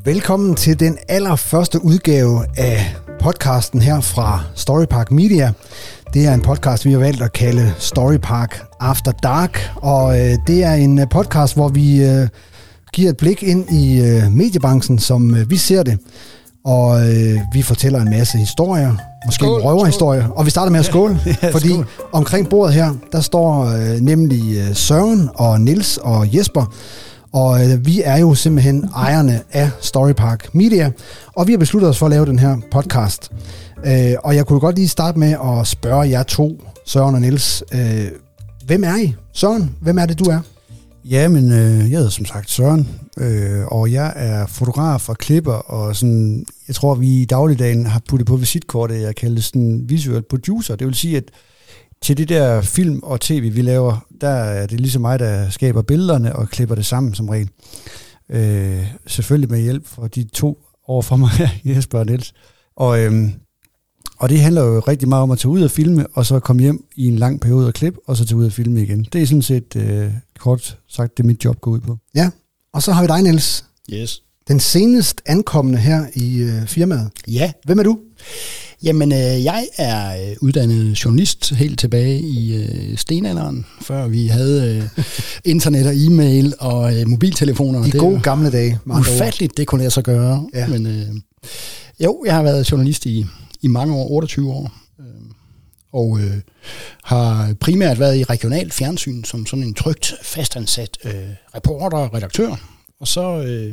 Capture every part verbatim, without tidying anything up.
Velkommen til den allerførste udgave af podcasten her fra Storypark Media. Det er en podcast, vi har valgt at kalde Storypark After Dark, og øh, det er en podcast, hvor vi øh, giver et blik ind i øh, mediebranchen, som øh, vi ser det, og øh, vi fortæller en masse historier, måske skål, røverhistorier, skål. Og vi starter med at skåle, ja, fordi skål. Omkring bordet her, der står øh, nemlig øh, Søren og Niels og Jesper. Og øh, vi er jo simpelthen ejerne af Storypark Media, og vi har besluttet os for at lave den her podcast. Øh, og jeg kunne godt lige starte med at spørge jer to, Søren og Niels, øh, hvem er I? Søren, hvem er det, du er? Ja, men øh, jeg hedder som sagt Søren, øh, og jeg er fotograf og klipper, og sådan, jeg tror, vi i dagligdagen har puttet på visitkortet, jeg kalder det sådan visual producer. Det vil sige, at til det der film og tv, vi laver, der er det ligesom mig, der skaber billederne og klipper det sammen som regel. Øh, selvfølgelig med hjælp fra de to overfor mig, Jesper og Niels. Og, øh, og det handler jo rigtig meget om at tage ud og filme, og så komme hjem i en lang periode og klippe, og så tage ud og filme igen. Det er sådan set øh, kort sagt, det er mit job går ud på. Ja, og så har vi dig, Niels. Yes. Den senest ankommende her i øh, firmaet. Ja. Hvem er du? Jamen, øh, jeg er øh, uddannet journalist helt tilbage i øh, stenalderen, før vi havde øh, internet og e-mail og øh, mobiltelefoner. De gode gamle dage. Ufatteligt, det kunne jeg så gøre. Ja. Men øh, jo, jeg har været journalist i, i mange år, otteogtyve år, øh, og øh, har primært været i regionalt fjernsyn som sådan en trygt, fastansat øh, reporter og redaktør. Og så, øh,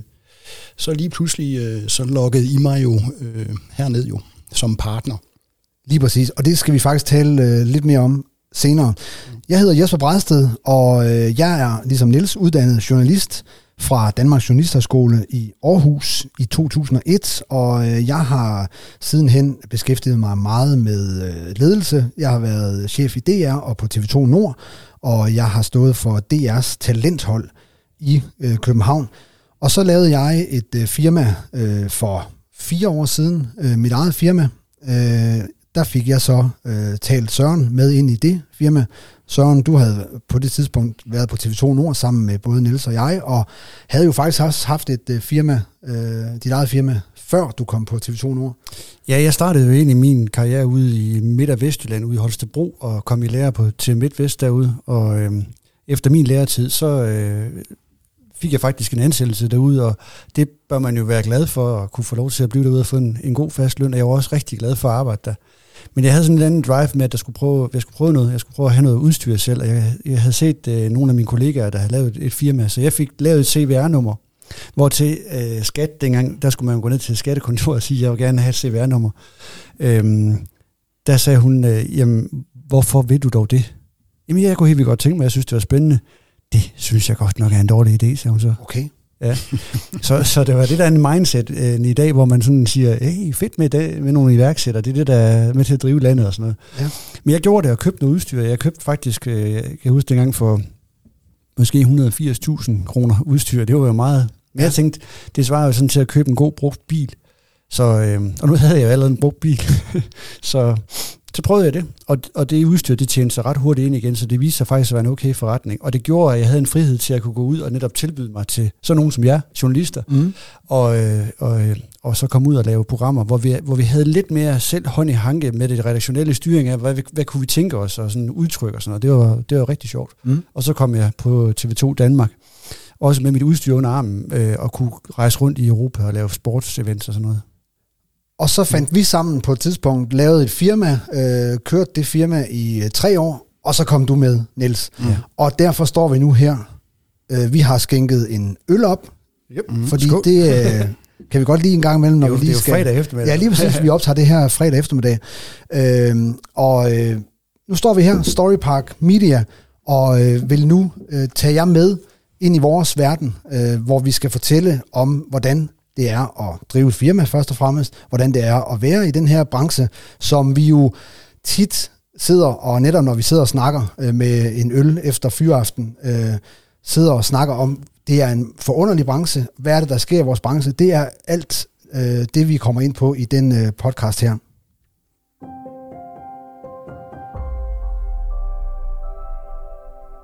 så lige pludselig øh, så loggede I mig jo øh, herned jo. Som partner. Lige præcis, og det skal vi faktisk tale øh, lidt mere om senere. Jeg hedder Jesper Bredsted, og øh, jeg er ligesom Niels uddannet journalist fra Danmarks Journalisterskole i Aarhus i to tusind og et, og øh, jeg har sidenhen beskæftiget mig meget med øh, ledelse. Jeg har været chef i D R og på T V to Nord, og jeg har stået for D R's talenthold i øh, København. Og så lavede jeg et øh, firma øh, for fire år siden, øh, mit eget firma, øh, der fik jeg så øh, talt Søren med ind i det firma. Søren, du havde på det tidspunkt været på T V to Nord sammen med både Niels og jeg, og havde jo faktisk også haft et øh, firma, øh, dit eget firma, før du kom på T V to Nord. Ja, jeg startede jo egentlig min karriere ude i Midt- og Vestjylland, ude i Holstebro, og kom i lære på til Midtvest derude, og øh, efter min læretid, så øh, fik jeg faktisk en ansættelse derude, og det bør man jo være glad for, at kunne få lov til at blive derude og få en, en god fast løn, og jeg var også rigtig glad for at arbejde der. Men jeg havde sådan en anden drive med, at jeg skulle prøve, jeg skulle prøve noget, jeg skulle prøve at have noget udstyr selv, og jeg, jeg havde set øh, nogle af mine kollegaer, der havde lavet et, et firma, så jeg fik lavet et C V R-nummer, hvor til øh, skat dengang, der skulle man gå ned til skattekontoret og sige, at jeg vil gerne have et C V R-nummer. Øhm, der sagde hun, øh, jamen, hvorfor vil du dog det? Jamen, jeg kunne helt vildt godt tænke mig, jeg synes, det var spændende. Det synes jeg godt nok er en dårlig idé, sagde hun så. Okay. Ja. Så, så det var det der en mindset øh, i dag, hvor man sådan siger, hey, fedt med, det, med nogle iværksætter, det er det, der er med til at drive landet og sådan noget. Ja. Men jeg gjorde det og købte noget udstyr. Jeg købte faktisk, øh, jeg kan huske dengang for måske et hundrede og firs tusind kroner udstyr. Det var jo meget. Men ja. Jeg tænkte, det svarer jo sådan til at købe en god brugt bil. Så, øh, og nu havde jeg jo allerede en brugt bil. så... Så prøvede jeg det, og, og det udstyr, det tjente sig ret hurtigt ind igen, så det viste sig faktisk at være en okay forretning. Og det gjorde, at jeg havde en frihed til at kunne gå ud og netop tilbyde mig til sådan nogen som jer, journalister, mm. og, øh, og, og så komme ud og lave programmer, hvor vi, hvor vi havde lidt mere selv hånd i hanke med det redaktionelle styring af, hvad, hvad kunne vi tænke os, og sådan udtryk og sådan noget. Det var, det var rigtig sjovt. Mm. Og så kom jeg på T V to Danmark, også med mit udstyr under armen, øh, og kunne rejse rundt i Europa og lave sportsevents og sådan noget. Og så fandt vi sammen på et tidspunkt, lavede et firma, øh, kørte det firma i øh, tre år, og så kom du med, Niels. Mm. Og derfor står vi nu her. Øh, vi har skænket en øl op, yep. mm. fordi Skål. det øh, kan vi godt lide en gang imellem, når jo, vi lige det er skal... jo fredag eftermiddag. Ja, lige præcis, vi optager det her fredag eftermiddag. Øh, og øh, nu står vi her, Storypark Media, og øh, vil nu øh, tage jer med ind i vores verden, øh, hvor vi skal fortælle om, hvordan det er at drive et firma først og fremmest, hvordan det er at være i den her branche, som vi jo tit sidder, og netop når vi sidder og snakker øh, med en øl efter fyraften, øh, sidder og snakker om, det er en forunderlig branche, hvad er det, der sker i vores branche, det er alt øh, det, vi kommer ind på i den øh, podcast her.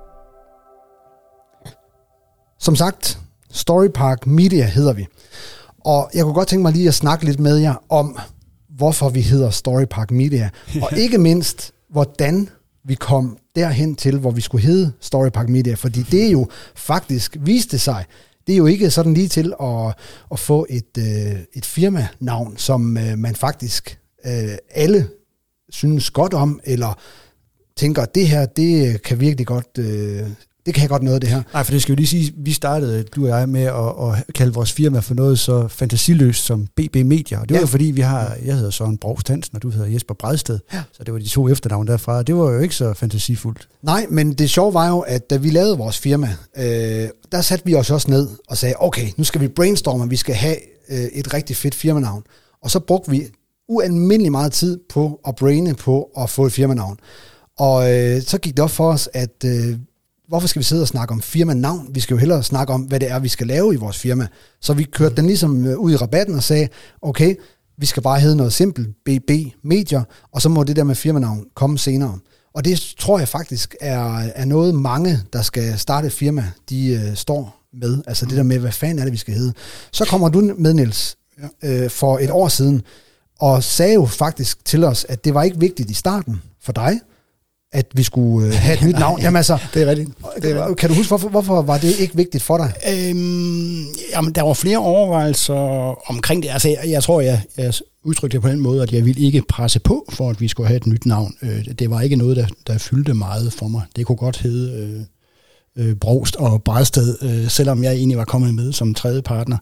Som sagt, Storypark Media hedder vi. Og jeg kunne godt tænke mig lige at snakke lidt med jer om, hvorfor vi hedder Storypark Media, og ikke mindst, hvordan vi kom derhen til, hvor vi skulle hedde Storypark Media, fordi det er jo faktisk, viste sig, det er jo ikke sådan lige til at, at få et, øh, et firmanavn, som øh, man faktisk øh, alle synes godt om, eller tænker, det her, det kan virkelig godt, øh, det kan godt noget, det her. Nej, for det skal jo lige sige, vi startede, du og jeg, med at, at kalde vores firma for noget så fantasiløst som B B Media, og det var ja. jo fordi, vi har, jeg hedder Søren Brovst Hansen, og du hedder Jesper Bredsted, ja. så det var de to efternavn derfra, det var jo ikke så fantasifuldt. Nej, men det sjove var jo, at da vi lavede vores firma, øh, der satte vi os også ned og sagde, okay, nu skal vi brainstorme, vi skal have øh, et rigtig fedt firmanavn, og så brugte vi ualmindelig meget tid på at braine på at få et firmanavn. Og øh, så gik det op for os, at øh, hvorfor skal vi sidde og snakke om firmanavn? Vi skal jo hellere snakke om, hvad det er, vi skal lave i vores firma. Så vi kørte den ligesom ud i rabatten og sagde, okay, vi skal bare hedde noget simpelt, B B Media, og så må det der med firmanavn komme senere. Og det tror jeg faktisk er, er noget mange, der skal starte et firma, de øh, står med. Altså det der med, hvad fanden er det, vi skal hedde. Så kommer du med, Niels, øh, for et år siden, og sagde jo faktisk til os, at det var ikke vigtigt i starten for dig, at vi skulle øh, have et nyt navn. Jamen altså, det er rigtigt. Det var. Kan du huske, hvorfor, hvorfor var det ikke vigtigt for dig? Øhm, jamen, der var flere overvejelser omkring det. Altså, jeg, jeg tror, jeg, jeg udtrykte det på den måde, at jeg ville ikke presse på, for at vi skulle have et nyt navn. Øh, det var ikke noget, der, der fyldte meget for mig. Det kunne godt hedde øh, øh, Brovst og Bredsted, øh, selvom jeg egentlig var kommet med som tredje partner.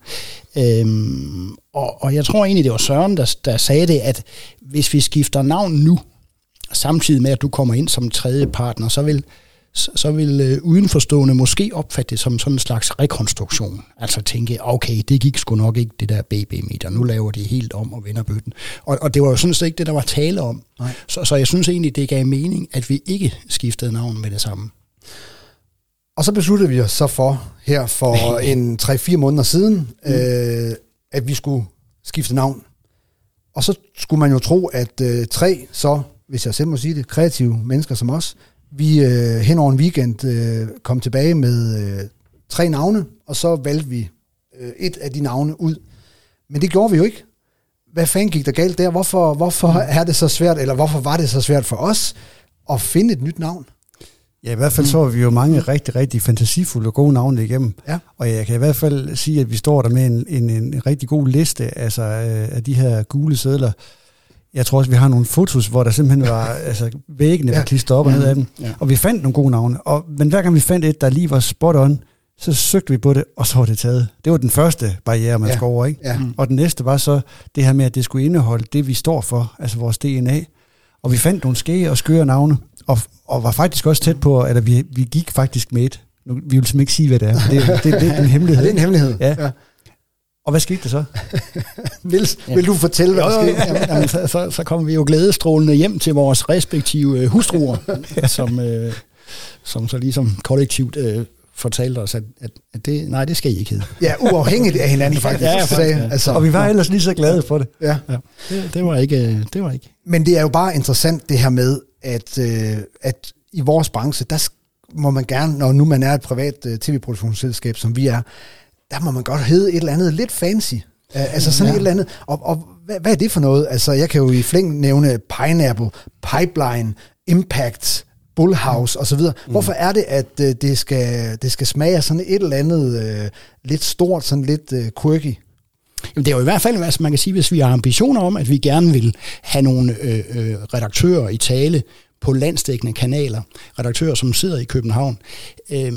Øhm, og, og jeg tror egentlig, det var Søren, der, der sagde det, at hvis vi skifter navn nu, samtidig med, at du kommer ind som tredje partner, så vil, så vil øh, udenforstående måske opfatte det som sådan en slags rekonstruktion. Altså tænke, okay, det gik sgu nok ikke, det der B B Media. Nu laver de helt om og vender bøtten. Og, og det var jo sådan set ikke det, der var tale om. Så, så jeg synes egentlig, det gav mening, at vi ikke skiftede navn med det samme. Og så besluttede vi os så for, her for en tre-fire måneder siden, mm. øh, at vi skulle skifte navn. Og så skulle man jo tro, at øh, tre så, hvis jeg selv må sige det, kreative mennesker som os, vi øh, hen over en weekend øh, kom tilbage med øh, tre navne, og så valgte vi øh, et af de navne ud. Men det gjorde vi jo ikke. Hvad fanden gik der galt der? Hvorfor, hvorfor er det så svært, eller hvorfor var det så svært for os at finde et nyt navn? Ja, i hvert fald så har vi jo mange rigtig, rigtig fantasifulde og gode navne igennem. Ja. Og jeg kan i hvert fald sige, at vi står der med en, en, en rigtig god liste altså, øh, af de her gule sedler. Jeg tror også, vi har nogle fotos, hvor der simpelthen var altså, væggene var klistret op og ned af dem. Ja. Og vi fandt nogle gode navne. Og, men hver gang vi fandt et, der lige var spot on, så søgte vi på det, og så var det taget. Det var den første barriere, man ja. skulle over, ikke? Ja. Og den næste var så det her med, at det skulle indeholde det, vi står for, altså vores D N A. Og vi fandt nogle skæge og skøre navne, og, og var faktisk også tæt på, at vi, vi gik faktisk med et. Nu, vi vil simpelthen ikke sige, hvad det er. Det, det, det, det er en hemmelighed. Ja, det er en hemmelighed. Ja. Ja. Og hvad skete der så? Niels, ja. Vil du fortælle, hvad der skete? Jamen, jamen, så, så, så kom vi jo glædestrålende hjem til vores respektive hustruer, som, øh, som så ligesom kollektivt øh, fortalte os, at, at, at det, nej, det skal I ikke hedde. Ja, uafhængigt af hinanden faktisk. Ja, faktisk sagde, ja. Altså, og vi var ellers lige så glade for det. Ja. Ja. Det, det, var ikke, det var ikke. Men det er jo bare interessant det her med, at, øh, at i vores branche, der må man gerne, når nu man er et privat øh, tv-produktionsselskab, som vi er, der må man godt hedde et eller andet lidt fancy. Uh, altså sådan ja. et eller andet. Og, og hvad, hvad er det for noget? Altså jeg kan jo i flæng nævne Pineapple, Pipeline, Impact, Bullhouse osv. Mm. Hvorfor er det, at uh, det, skal, det skal smage af sådan et eller andet uh, lidt stort, sådan lidt uh, quirky? Jamen, det er jo i hvert fald, altså man kan sige, hvis vi har ambitioner om, at vi gerne vil have nogle øh, øh, redaktører i tale på landsdækkende kanaler, redaktører, som sidder i København, øh,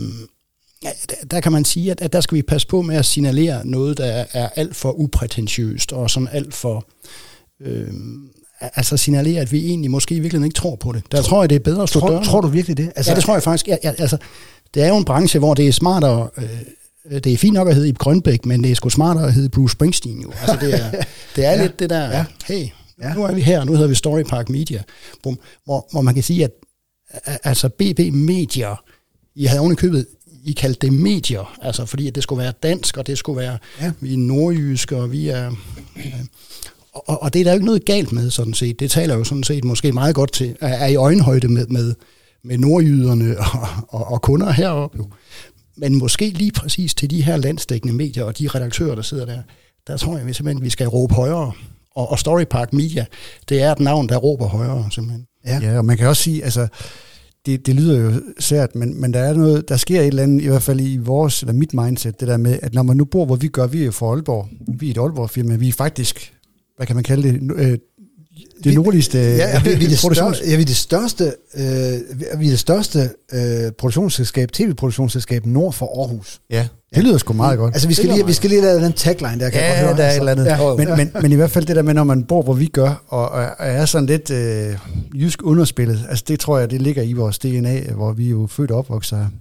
der kan man sige, at der skal vi passe på med at signalere noget, der er alt for uprætentiøst, og som alt for... Øh, altså signalere, at vi egentlig måske i virkeligheden ikke tror på det. Der tror, tror jeg, det er bedre at stå døren. Tror du virkelig det? Altså, ja, det tror jeg faktisk. Ja, ja, altså, det er jo en branche, hvor det er smartere... Øh, det er fint nok at hedde Ib Grønbæk, men det er sgu smartere at hedde Bruce Springsteen jo. Altså, det er, det er ja, lidt det der... Ja. Hey, ja. Nu er vi her, nu hedder vi Storypark Media. Boom, hvor, hvor man kan sige, at altså B B Media, I havde oven i købet, I kaldte det medier, altså fordi at det skulle være dansk, og det skulle være, ja. Vi er nordjyske, og vi er... Øh, og, og det er der jo ikke noget galt med, sådan set. Det taler jo sådan set måske meget godt til, er i øjenhøjde med, med, med nordjyderne og, og, og kunder heroppe jo. Men måske lige præcis til de her landsdækkende medier og de redaktører, der sidder der, der tror jeg vi simpelthen, vi skal råbe højere. Og, og Storypark Media, det er et navn, der råber højere, simpelthen. Ja, ja, og man kan også sige, altså, det, det lyder jo sært, men, men der er noget, der sker et eller andet, i hvert fald i vores, eller mit mindset, det der med, at når man nu bor, hvor vi gør, vi er jo fra Aalborg, vi er et Aalborg-firma, vi er faktisk, hvad kan man kalde det, øh, det nordligste ja, vi, vi, er det største, ja, vi er det største, øh, vi er det største øh, produktionsselskab, tv-produktionsselskab nord for Aarhus. Ja, det lyder sgu meget godt. Altså vi skal lige, vi skal lige lave den tagline der, kan ja, jeg godt høre. Der er altså, et eller andet. Ja. Men, men, men i hvert fald det der med, når man bor, hvor vi gør, og, og er sådan lidt øh, jysk underspillet, altså det tror jeg, det ligger i vores D N A, hvor vi er jo født og opvokset her.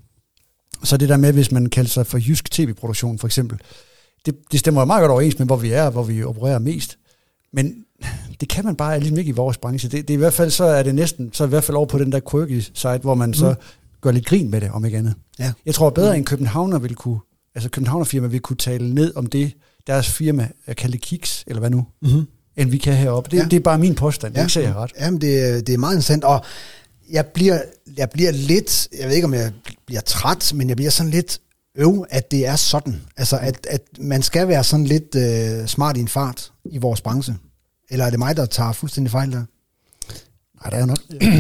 Så det der med, hvis man kalder sig for jysk tv-produktion for eksempel, det, det stemmer meget godt overens med, hvor vi er, hvor vi opererer mest. Men det kan man bare ligesom ikke i vores branche. Det, det er i hvert fald, så er det næsten, så er i hvert fald over på den der quirky site, hvor man mm. så gør lidt grin med det, om ikke andet. Ja. Jeg tror bedre, mm. end Københavner vil kunne, altså Københavner-firma vil kunne tale ned om det, deres firma er kaldt Kiks, eller hvad nu, mm-hmm. end vi kan heroppe. Det, ja. det er bare min påstand, ja. Det ser jeg ret. Jamen, det, det er meget interessant, og jeg bliver, jeg bliver lidt, jeg ved ikke, om jeg bliver træt, men jeg bliver sådan lidt øv, at det er sådan. Altså, at, at man skal være sådan lidt øh, smart i en fart i vores branche. Eller er det mig, der tager fuldstændig fejl der? Nej, der er jo nok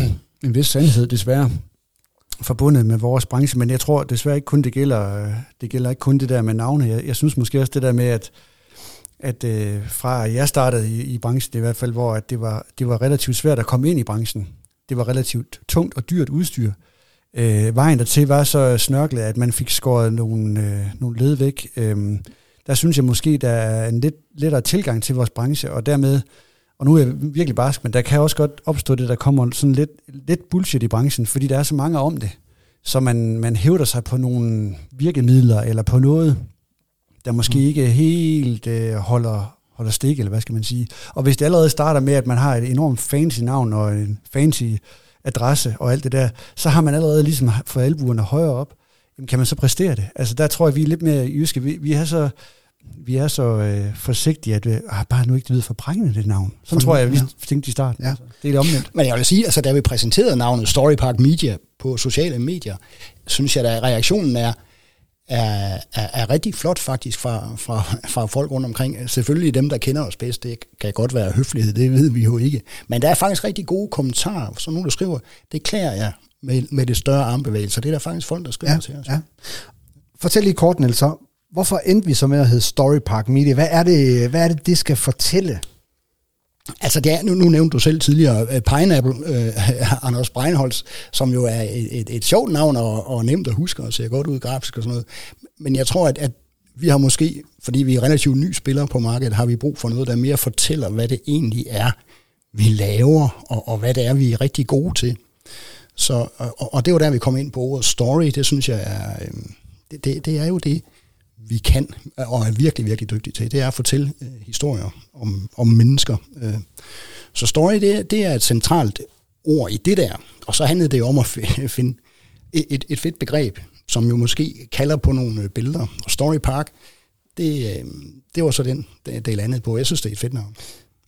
en vis sandhed, desværre, forbundet med vores branche, men jeg tror desværre ikke kun, det gælder, det gælder ikke kun det der med navne. Jeg, jeg synes måske også det der med, at, at øh, fra jeg startede i, i branchen, det i hvert fald, hvor at det, var, det var relativt svært at komme ind i branchen. Det var relativt tungt og dyrt udstyr. Øh, vejen dertil var så snørklet, at man fik skåret nogle, øh, nogle led væk. Øh, der synes jeg måske, der er en lidt lettere tilgang til vores branche, og dermed, og nu er jeg virkelig barsk, men der kan også godt opstå det, der kommer sådan lidt, lidt bullshit i branchen, fordi der er så mange om det, så man, man hævder sig på nogle virkemidler, eller på noget, der måske mm. ikke helt øh, holder, holder stik, eller hvad skal man sige. Og hvis det allerede starter med, at man har et enormt fancy navn, og en fancy adresse, og alt det der, så har man allerede ligesom fået albuerne højere op. Jamen, kan man så præstere det? Altså, der tror jeg, vi er lidt mere jyske. Vi, vi er så... Vi er så øh, forsigtige, at vi ah, bare nu ikke det lyder for prængende, det navn. Sådan for tror jeg, vi ja. tænkte i starten. Ja. Altså, det er det omvendt. Men jeg vil sige, altså da vi præsenterede navnet Storypark Media på sociale medier, synes jeg, at reaktionen er, er, er, er rigtig flot faktisk fra, fra, fra folk rundt omkring. Selvfølgelig dem, der kender os bedst, det kan godt være høflighed, det ved vi jo ikke. Men der er faktisk rigtig gode kommentarer, så nogen der skriver, det klæder jeg med, med det større armbevægelser. Det er der faktisk folk, der skriver ja, til os. Ja. Fortæl lige kort, Niels, så. Hvorfor endte vi så med at hedde Storypark Media? Hvad er det, hvad er det, det skal fortælle? Altså, det er, nu, nu nævnte du selv tidligere uh, Pineapple, uh, Anders Breinholtz, som jo er et, et, et sjovt navn og, og nemt at huske og ser godt ud grafisk og sådan noget. Men jeg tror, at, at vi har måske, fordi vi er relativt nye spillere på markedet, har vi brug for noget, der mere fortæller, hvad det egentlig er, vi laver, og, og hvad det er, vi er rigtig gode til. Så, og, og det var der, vi kom ind på ordet story. Det synes jeg er, øh, det, det, det er jo det, vi kan, og er virkelig, virkelig dygtige til, det er at fortælle øh, historier om, om mennesker. Øh. Så story, det, det er et centralt ord i det der, og så handlede det jo om at f- finde et, et fedt begreb, som jo måske kalder på nogle billeder. Og Storypark, det, øh, det var så den, det, det landede på. Jeg synes, det er et fedt navn.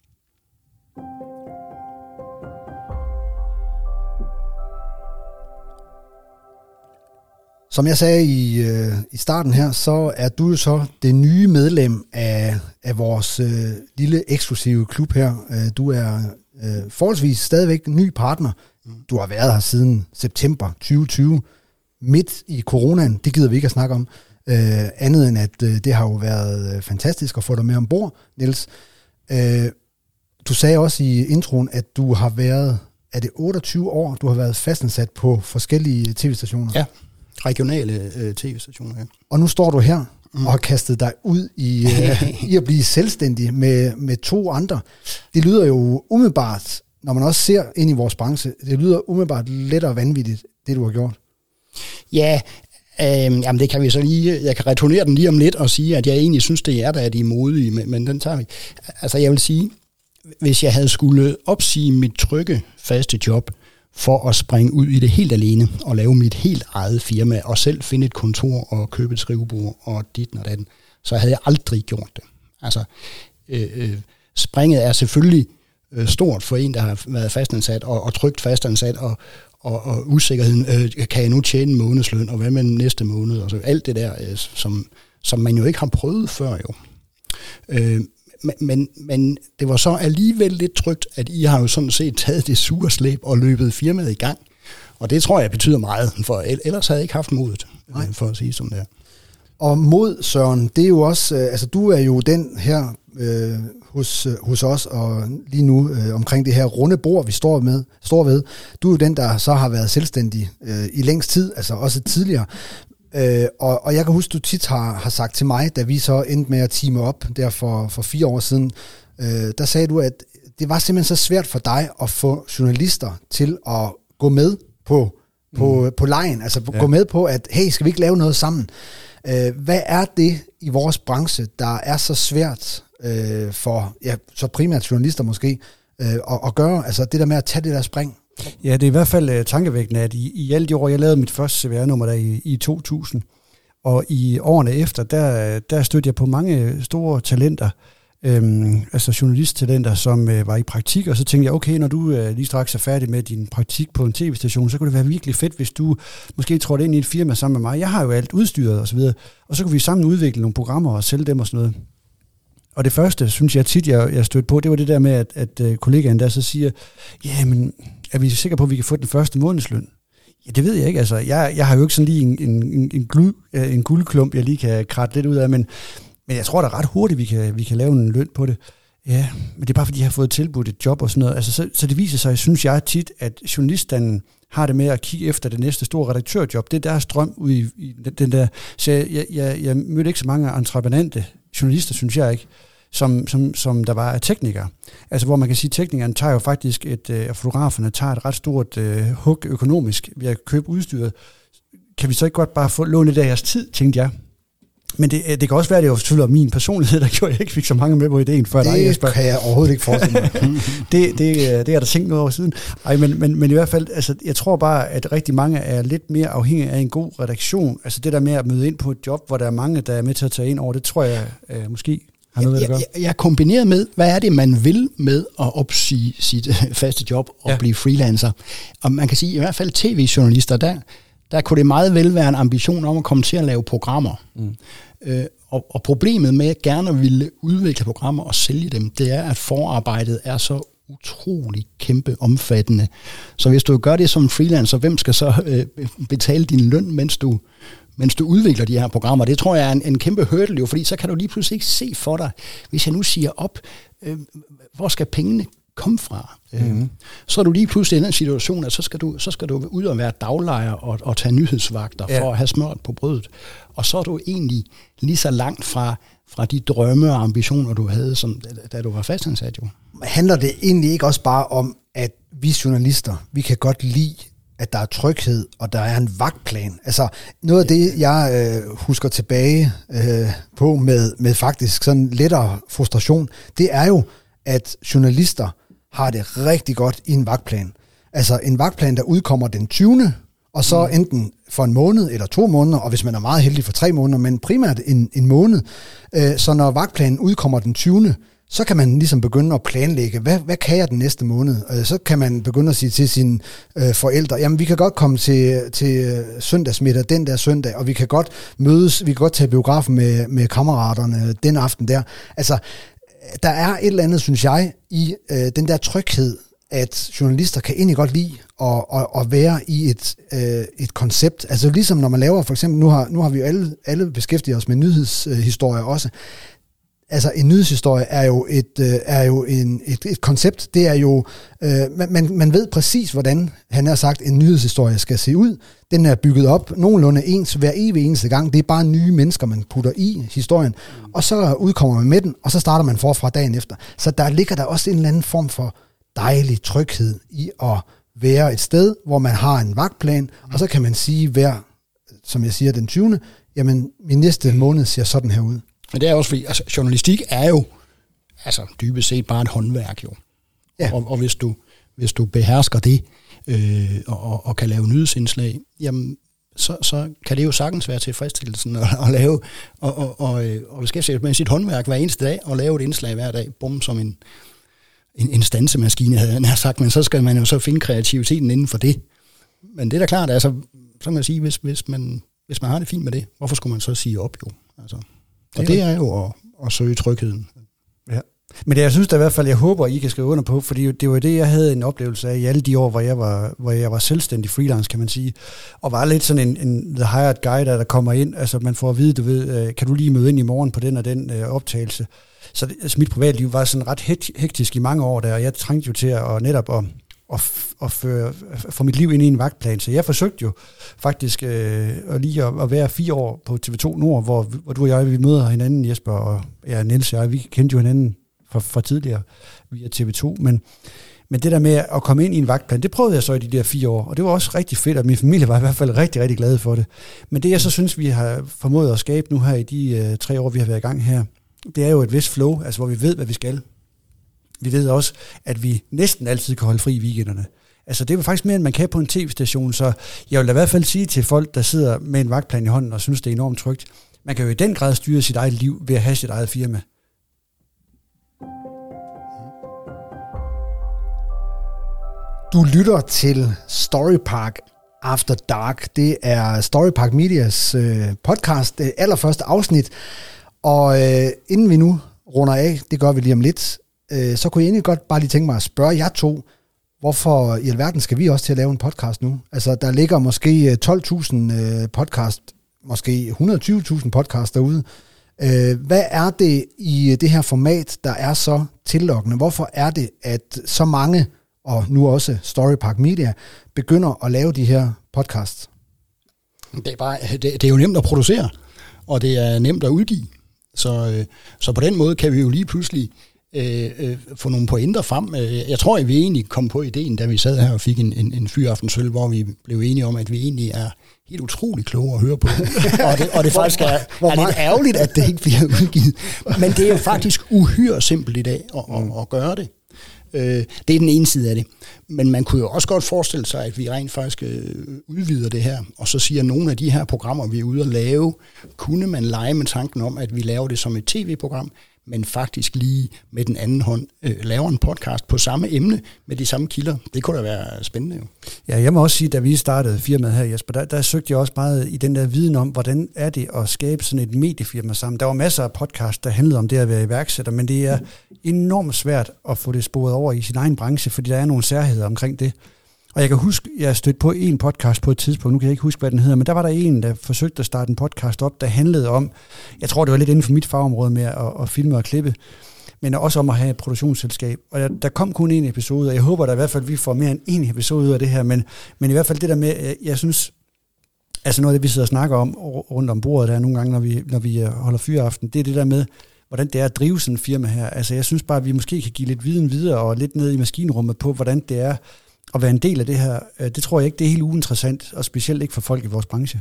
Som jeg sagde i, øh, i starten her, så er du jo så det nye medlem af, af vores øh, lille eksklusive klub her. Øh, du er øh, forholdsvis stadigvæk ny partner. Du har været her siden september tyve tyve, midt i coronaen. Det gider vi ikke at snakke om. Øh, andet end, at øh, det har jo været fantastisk at få dig med ombord, Niels. Øh, du sagde også i introen, at du har været, er det otteogtyve år, du har været fastansat på forskellige tv-stationer? Ja. Regionale øh, tv-stationer, ja. Og nu står du her mm. og har kastet dig ud i, øh, i at blive selvstændig med, med to andre. Det lyder jo umiddelbart, når man også ser ind i vores branche, det lyder umiddelbart let og vanvittigt, det du har gjort. Ja, øh, jamen det kan vi så lige, jeg kan returnere den lige om lidt og sige, at jeg egentlig synes, det er der, at de er modige, men, men den tager vi. Altså jeg vil sige, hvis jeg havde skulle opsige mit trygge faste job, for at springe ud i det helt alene og lave mit helt eget firma og selv finde et kontor og købe et skrivebord og dit og datten, så havde jeg aldrig gjort det. Altså, øh, øh, springet er selvfølgelig øh, stort for en, der har været fastansat og, og trygt fastansat, og, og, og usikkerheden, øh, kan jeg nu tjene en månedsløn, og hvad med næste måned, og så alt det der, øh, som, som man jo ikke har prøvet før jo. Øh, men, men, men det var så alligevel lidt trygt, at I har jo sådan set taget det sure slæb og løbet firmaet i gang. Og det tror jeg betyder meget, for ellers havde jeg ikke haft modet, Nej. for at sige som det er. Og mod, Søren, det er jo også, øh, altså du er jo den her øh, hos, øh, hos os, og lige nu øh, omkring det her runde bord, vi står, med, står ved, du er jo den, der så har været selvstændig øh, i længst tid, altså også tidligere. Øh, og, og jeg kan huske, du tit har, har sagt til mig, da vi så endte med at teame op der for, for fire år siden, øh, der sagde du, at det var simpelthen så svært for dig at få journalister til at gå med på, på, mm. på lejen, altså ja. gå med på, at hey, skal vi ikke lave noget sammen? Øh, hvad er det i vores branche, der er så svært øh, for, ja, så primært journalister måske, øh, at, at gøre, altså det der med at tage det der spring? Ja, det er i hvert fald uh, tankevækkende, at i, i alle de år, jeg lavede mit første C V R-nummer der i, i to tusind, og i årene efter, der, der stødte jeg på mange store talenter, øhm, altså journalisttalenter, som øh, var i praktik, og så tænkte jeg, okay, når du øh, lige straks er færdig med din praktik på en tv-station, så kunne det være virkelig fedt, hvis du måske trådte ind i et firma sammen med mig. Jeg har jo alt udstyret og så videre, og så kunne vi sammen udvikle nogle programmer og sælge dem og sådan noget. Og det første, synes jeg tit, jeg, jeg stødte på, det var det der med, at, at uh, kollegaen der så siger, ja, men er vi sikre på, at vi kan få den første månedsløn? Ja, det ved jeg ikke. Altså, jeg, jeg har jo ikke sådan lige en, en, en, en, guld, en guldklump, jeg lige kan kratte lidt ud af, men, men jeg tror da ret hurtigt, vi kan, vi kan lave en løn på det. Ja, men det er bare, fordi jeg har fået tilbudt et job og sådan noget. Altså, så, så det viser sig, synes jeg tit, at journaliststanden har det med at kigge efter det næste store redaktørjob. Det er deres drøm ud i, i den der. Så jeg, jeg, jeg mødte ikke så mange entreprenante journalister, synes jeg ikke, som, som, som der var teknikere. Altså hvor man kan sige, at teknikerne tager jo faktisk et, og øh, fotograferne tager et ret stort øh, hug økonomisk ved at købe udstyret. Kan vi så ikke godt bare få låne lidt af jeres tid, tænkte jeg. Men det, det kan også være, at det var selvfølgelig min personlighed, der gjorde, at jeg ikke fik så mange med på ideen før dig, Jesper. Det kan jeg overhovedet ikke forestille mig. det, det, det er der tænkt noget over siden. Ej, men, men, men i hvert fald, altså, jeg tror bare, at rigtig mange er lidt mere afhængige af en god redaktion. Altså det der med at møde ind på et job, hvor der er mange, der er med til at tage ind over, det tror jeg øh, måske har noget jeg, at gøre. Jeg, jeg er kombineret med, hvad er det, man vil med at opsige sit faste job og ja. blive freelancer. Og man kan sige, i hvert fald tv-journalister, der, der kunne det meget vel være en ambition om at komme til at lave programmer. Mm. Øh, og, og problemet med at gerne ville udvikle programmer og sælge dem, det er, at forarbejdet er så utrolig kæmpe omfattende. Så hvis du gør det som freelancer, hvem skal så øh, betale din løn, mens du, mens du udvikler de her programmer? Det tror jeg er en, en kæmpe hurdle, jo, fordi så kan du lige pludselig ikke se for dig, hvis jeg nu siger op, øh, hvor skal pengene komme fra? Mm-hmm. Så er du lige pludselig i den situation, at så skal du, så skal du ud og være daglejer og, og tage nyhedsvagter ja. for at have smørt på brødet. Og så er du egentlig lige så langt fra, fra de drømme og ambitioner, du havde, som, da du var fastansat jo. Handler det egentlig ikke også bare om, at vi journalister, vi kan godt lide, at der er tryghed, og der er en vagtplan? Altså noget af det, jeg øh, husker tilbage øh, på med, med faktisk sådan lettere frustration, det er jo, at journalister har det rigtig godt i en vagtplan. Altså en vagtplan, der udkommer den tyvende, og så mm. enten for en måned eller to måneder, og hvis man er meget heldig for tre måneder, men primært en, en måned. Øh, så når vagtplanen udkommer den tyvende, så kan man ligesom begynde at planlægge, hvad, hvad kan jeg den næste måned? Øh, så kan man begynde at sige til sine øh, forældre, jamen vi kan godt komme til, til søndagsmiddag den der søndag, og vi kan godt mødes, vi kan godt tage biografen med, med kammeraterne den aften der. Altså, der er et eller andet, synes jeg, i øh, den der tryghed, at journalister kan egentlig godt lide at, at, at være i et, øh, et koncept. Altså ligesom når man laver, for eksempel, nu har, nu har vi jo alle, alle beskæftiget os med nyhedshistorier også. Altså en nyhedshistorie er jo et, øh, er jo en, et, et koncept. Det er jo, øh, man, man ved præcis, hvordan han har sagt, en nyhedshistorie skal se ud. Den er bygget op nogenlunde ens hver evig eneste gang. Det er bare nye mennesker, man putter i historien. Og så udkommer man med den, og så starter man forfra dagen efter. Så der ligger der også en eller anden form for dejlig tryghed i at være et sted, hvor man har en vagtplan, og så kan man sige hver, som jeg siger, den tyvende, jamen min næste måned ser sådan her ud. Men det er også fordi, altså, journalistik er jo altså dybest set bare et håndværk jo. Ja. Og, og hvis du hvis du behersker det øh, og, og kan lave nyhedsindslag, jamen så, så kan det jo sagtens være tilfredsstillelsen at, at lave og, og, og, og beskæftige sig med sit håndværk hver eneste dag og lave et indslag hver dag, bum, som en en, en stansemaskine, havde jeg sagt, men så skal man jo så finde kreativiteten inden for det. Men det er da klart, altså, så kan man sige, hvis, hvis, man, hvis man har det fint med det, hvorfor skulle man så sige op jo? Altså, og det er jo at, at søge trygheden. Ja. Men det, jeg synes da i hvert fald, jeg håber, I kan skrive under på, fordi det var det, jeg havde en oplevelse af i alle de år, hvor jeg var, hvor jeg var selvstændig freelance, kan man sige, og var lidt sådan en, en the hired guy, der, der kommer ind, altså man får at vide, du ved, kan du lige møde ind i morgen på den og den øh, optagelse. Så det, altså mit privatliv var sådan ret hektisk i mange år der, og jeg trængte jo til at og netop at, at, at føre, få mit liv ind i en vagtplan, så jeg forsøgte jo faktisk øh, at lige at, at være fire år på T V to Nord, hvor, hvor du og jeg, vi møder hinanden, Jesper og ja, Niels og jeg, vi kendte jo hinanden fra, fra tidligere via T V to, men, men det der med at komme ind i en vagtplan, det prøvede jeg så i de der fire år, og det var også rigtig fedt, og min familie var i hvert fald rigtig, rigtig glade for det. Men det jeg så synes, vi har formået at skabe nu her i de øh, tre år, vi har været i gang her, det er jo et vist flow, altså hvor vi ved, hvad vi skal. Vi ved også, at vi næsten altid kan holde fri i weekenderne. Altså det er jo faktisk mere, end man kan på en tv-station, så jeg vil i hvert fald sige til folk, der sidder med en vagtplan i hånden og synes, det er enormt trygt, man kan jo i den grad styre sit eget liv ved at have sit eget firma. Du lytter til Storypark After Dark. Det er Storypark Medias øh, podcast, det allerførste afsnit. Og øh, inden vi nu runder af, det gør vi lige om lidt, øh, så kunne jeg egentlig godt bare lige tænke mig at spørge jer to, hvorfor i alverden skal vi også til at lave en podcast nu? Altså, der ligger måske tolv tusind øh, podcast, måske et hundrede og tyve tusind podcast derude. Øh, hvad er det i det her format, der er så tillokkende? Hvorfor er det, at så mange, og nu også Storypark Media, begynder at lave de her podcasts? Det er, bare, det, det er jo nemt at producere, og det er nemt at udgive. Så, øh, så på den måde kan vi jo lige pludselig øh, øh, få nogle pointer frem. Jeg tror, at vi egentlig kom på ideen, da vi sad her og fik en, en, en fyraftensøl, hvor vi blev enige om, at vi egentlig er helt utrolig kloge at høre på. og det, og det faktisk er, er lidt ærgerligt, at det ikke bliver udgivet. Men det er jo faktisk uhyre simpelt i dag at, at, at gøre det. Øh, det er den ene side af det. Men man kunne jo også godt forestille sig, at vi rent faktisk øh, udvider det her, og så siger, at nogle af de her programmer, vi er ude at lave, kunne man lege med tanken om, at vi laver det som et tv-program, men faktisk lige med den anden hånd øh, laver en podcast på samme emne med de samme kilder. Det kunne da være spændende jo. Ja, jeg må også sige, da vi startede firmaet her, Jesper, der, der søgte jeg også meget i den der viden om, hvordan er det at skabe sådan et mediefirma sammen. Der var masser af podcast, der handlede om det at være iværksætter, men det er enormt svært at få det sporet over i sin egen branche, fordi der er nogle særheder omkring det. Og jeg kan huske, jeg stødte på en podcast på et tidspunkt, nu kan jeg ikke huske, hvad den hedder, men der var der en, der forsøgte at starte en podcast op, der handlede om, jeg tror, det var lidt inden for mit fagområde med at, at filme og klippe, men også om at have et produktionsselskab. Og der, der kom kun en episode, og jeg håber da i hvert fald, at vi får mere end en episode ud af det her, men, men i hvert fald det der med, jeg, jeg synes, altså noget af det, vi sidder og snakker om rundt om bordet der nogle gange, når vi, når vi holder fyreaften, det er det der med, hvordan det er at drive sådan en firma her. Altså jeg synes bare, at vi måske kan give lidt viden videre og lidt ned i maskinrummet på, hvordan det er at være en del af det her. Det tror jeg ikke, det er helt uinteressant, og specielt ikke for folk i vores branche.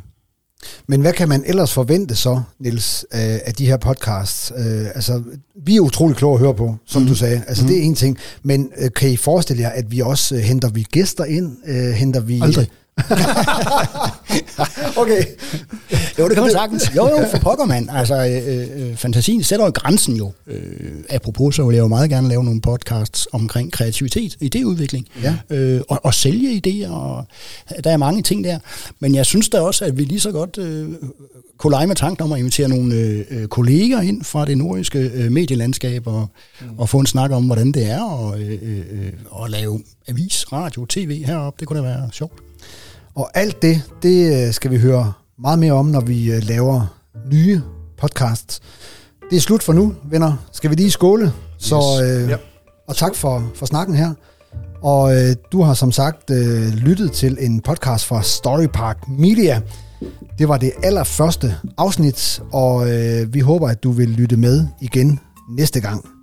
Men hvad kan man ellers forvente så, Niels, af de her podcasts? Altså, vi er utrolig kloge at høre på, som mm. du sagde. Altså, mm. det er en ting. Men kan I forestille jer, at vi også henter vi gæster ind? Henter vi... Aldrig. Okay. Jo, det kan man sagtens. Jo, jo, for pokker, mand. Altså, øh, øh, fantasien sætter jo grænsen jo. Øh, apropos, så vil jeg jo meget gerne lave nogle podcasts omkring kreativitet, idéudvikling, ja. øh, og, og sælge idéer, og der er mange ting der. Men jeg synes da også, at vi lige så godt øh, kunne lege med tanken om at invitere nogle øh, kolleger ind fra det nordiske øh, medielandskab, og, mm. og få en snak om, hvordan det er, og, øh, øh, og lave avis, radio, tv heroppe. Det kunne da være sjovt. Og alt det, det skal vi høre meget mere om, når vi laver nye podcasts. Det er slut for nu, venner. Skal vi lige skåle? Yes. Så, øh, ja. Og tak for, for snakken her. Og øh, du har som sagt øh, lyttet til en podcast fra Storypark Media. Det var det allerførste afsnit, og øh, vi håber, at du vil lytte med igen næste gang.